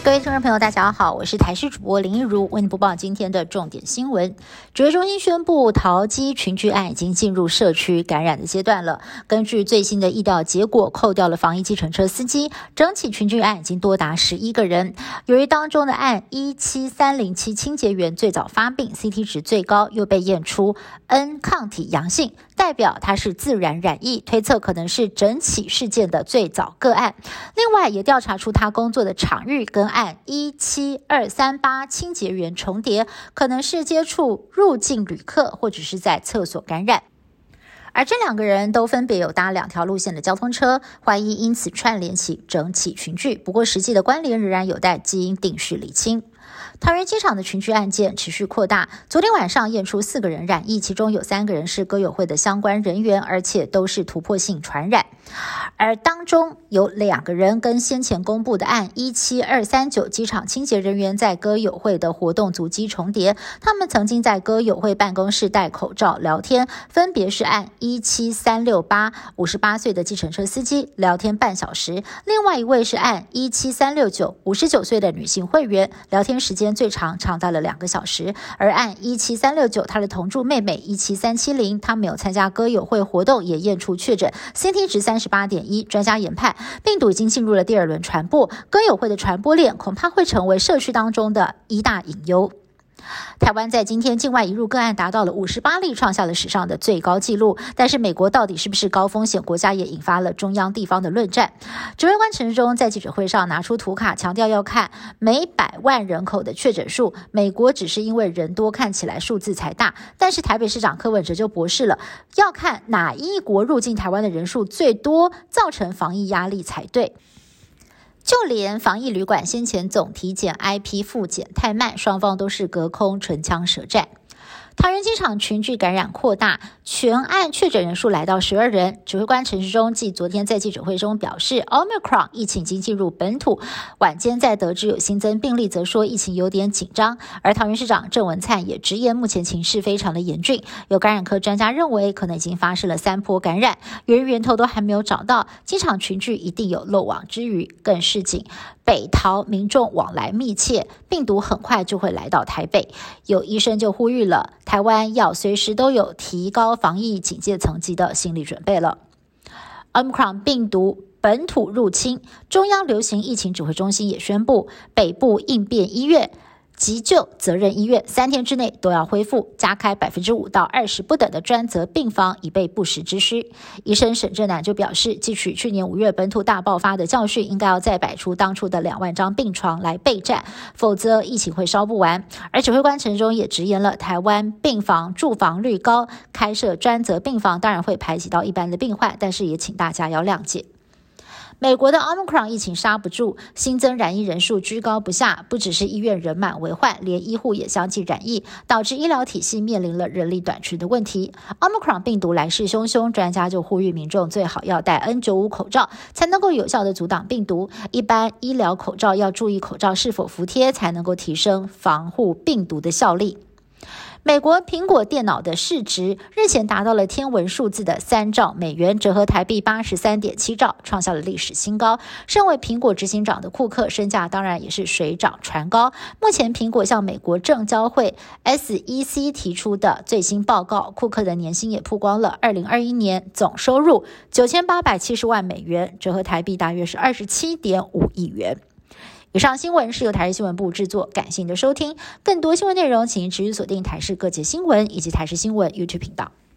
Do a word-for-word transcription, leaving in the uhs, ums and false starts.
各位听众朋友大家好，我是台视主播林一如，为您播报今天的重点新闻。指挥中心宣布，桃机群聚案已经进入社区感染的阶段了。根据最新的疫调结果，扣掉了防疫计程车司机，整起群聚案已经多达十一个人。由于当中的案一七三零七清洁员最早发病 ，C T 值最高，又被验出 N 抗体阳性，代表他是自然染疫，推测可能是整起事件的最早个案。另外也调查出他工作的场域跟案一七二三八清洁员重叠，可能是接触入境旅客或者是在厕所感染。而这两个人都分别有搭两条路线的交通车，怀疑因此串联起整起群聚，不过实际的关联仍然有待基因定序厘清。桃园机场的群聚案件持续扩大，昨天晚上验出四个人染疫，其中有三个人是歌友会的相关人员，而且都是突破性传染。而当中有两个人跟先前公布的案一七二三九机场清洁人员在歌友会的活动足迹重叠，他们曾经在歌友会办公室戴口罩聊天，分别是案一七三六八五十八岁的计程车司机聊天半小时，另外一位是案一七三六九五十九岁的女性会员，聊天时间最长长达了两个小时。而案一七三六九她的同住妹妹一七三七零，她没有参加歌友会活动，也验出确诊 C T 值 三十八点一， 专家研判病毒已经进入了第二轮传播，歌友会的传播链恐怕会成为社区当中的一大隐忧。台湾在今天境外移入个案达到了五十八例，创下了史上的最高纪录。但是美国到底是不是高风险国家，也引发了中央地方的论战。指挥官陈时中在记者会上拿出图卡，强调要看每百万人口的确诊数，美国只是因为人多看起来数字才大，但是台北市长柯文哲就驳斥了，要看哪一国入境台湾的人数最多，造成防疫压力才对。就连防疫旅馆先前总体检 I P 复检太慢，双方都是隔空唇枪舌战。桃园机场群聚感染扩大，全案确诊人数来到十二人。指挥官陈时中继昨天在记者会中表示 Omicron 疫情已经进入本土，晚间在得知有新增病例则说疫情有点紧张。而桃园市长郑文灿也直言目前情势非常的严峻，有感染科专家认为可能已经发生了三波感染，由于源头都还没有找到，机场群聚一定有漏网之鱼。更示警北桃民众往来密切，病毒很快就会来到台北。有医生就呼吁了，台湾要随时都有提高防疫警戒层级的心理准备了。Omicron 病毒本土入侵，中央流行疫情指挥中心也宣布，北部应变医院、急救责任医院三天之内都要恢复，加开百分之五到二十不等的专责病房，以备不时之需。医生沈正南就表示，汲取去年五月本土大爆发的教训，应该要再摆出当初的两万张病床来备战，否则疫情会烧不完。而指挥官陈时中也直言了，台湾病房住房率高，开设专责病房当然会排挤到一般的病患，但是也请大家要谅解。美国的 Omicron 疫情刹不住，新增染疫人数居高不下，不只是医院人满为患，连医护也相继染疫，导致医疗体系面临了人力短缺的问题。Omicron 病毒来势汹汹，专家就呼吁民众最好要戴 N 九十五 口罩，才能够有效的阻挡病毒。一般医疗口罩要注意口罩是否服帖，才能够提升防护病毒的效力。美国苹果电脑的市值日前达到了天文数字的三兆美元，折合台币 八十三点七兆，创下了历史新高。身为苹果执行长的库克身价当然也是水涨船高。目前苹果向美国证交会 S E C 提出的最新报告，库克的年薪也曝光了二零二一年总收入九千八百七十万美元，折合台币大约是 二十七点五亿元。以上新闻是由台视新闻部制作，感谢您的收听。更多新闻内容请持续锁定台视各界新闻以及台视新闻 YouTube 频道。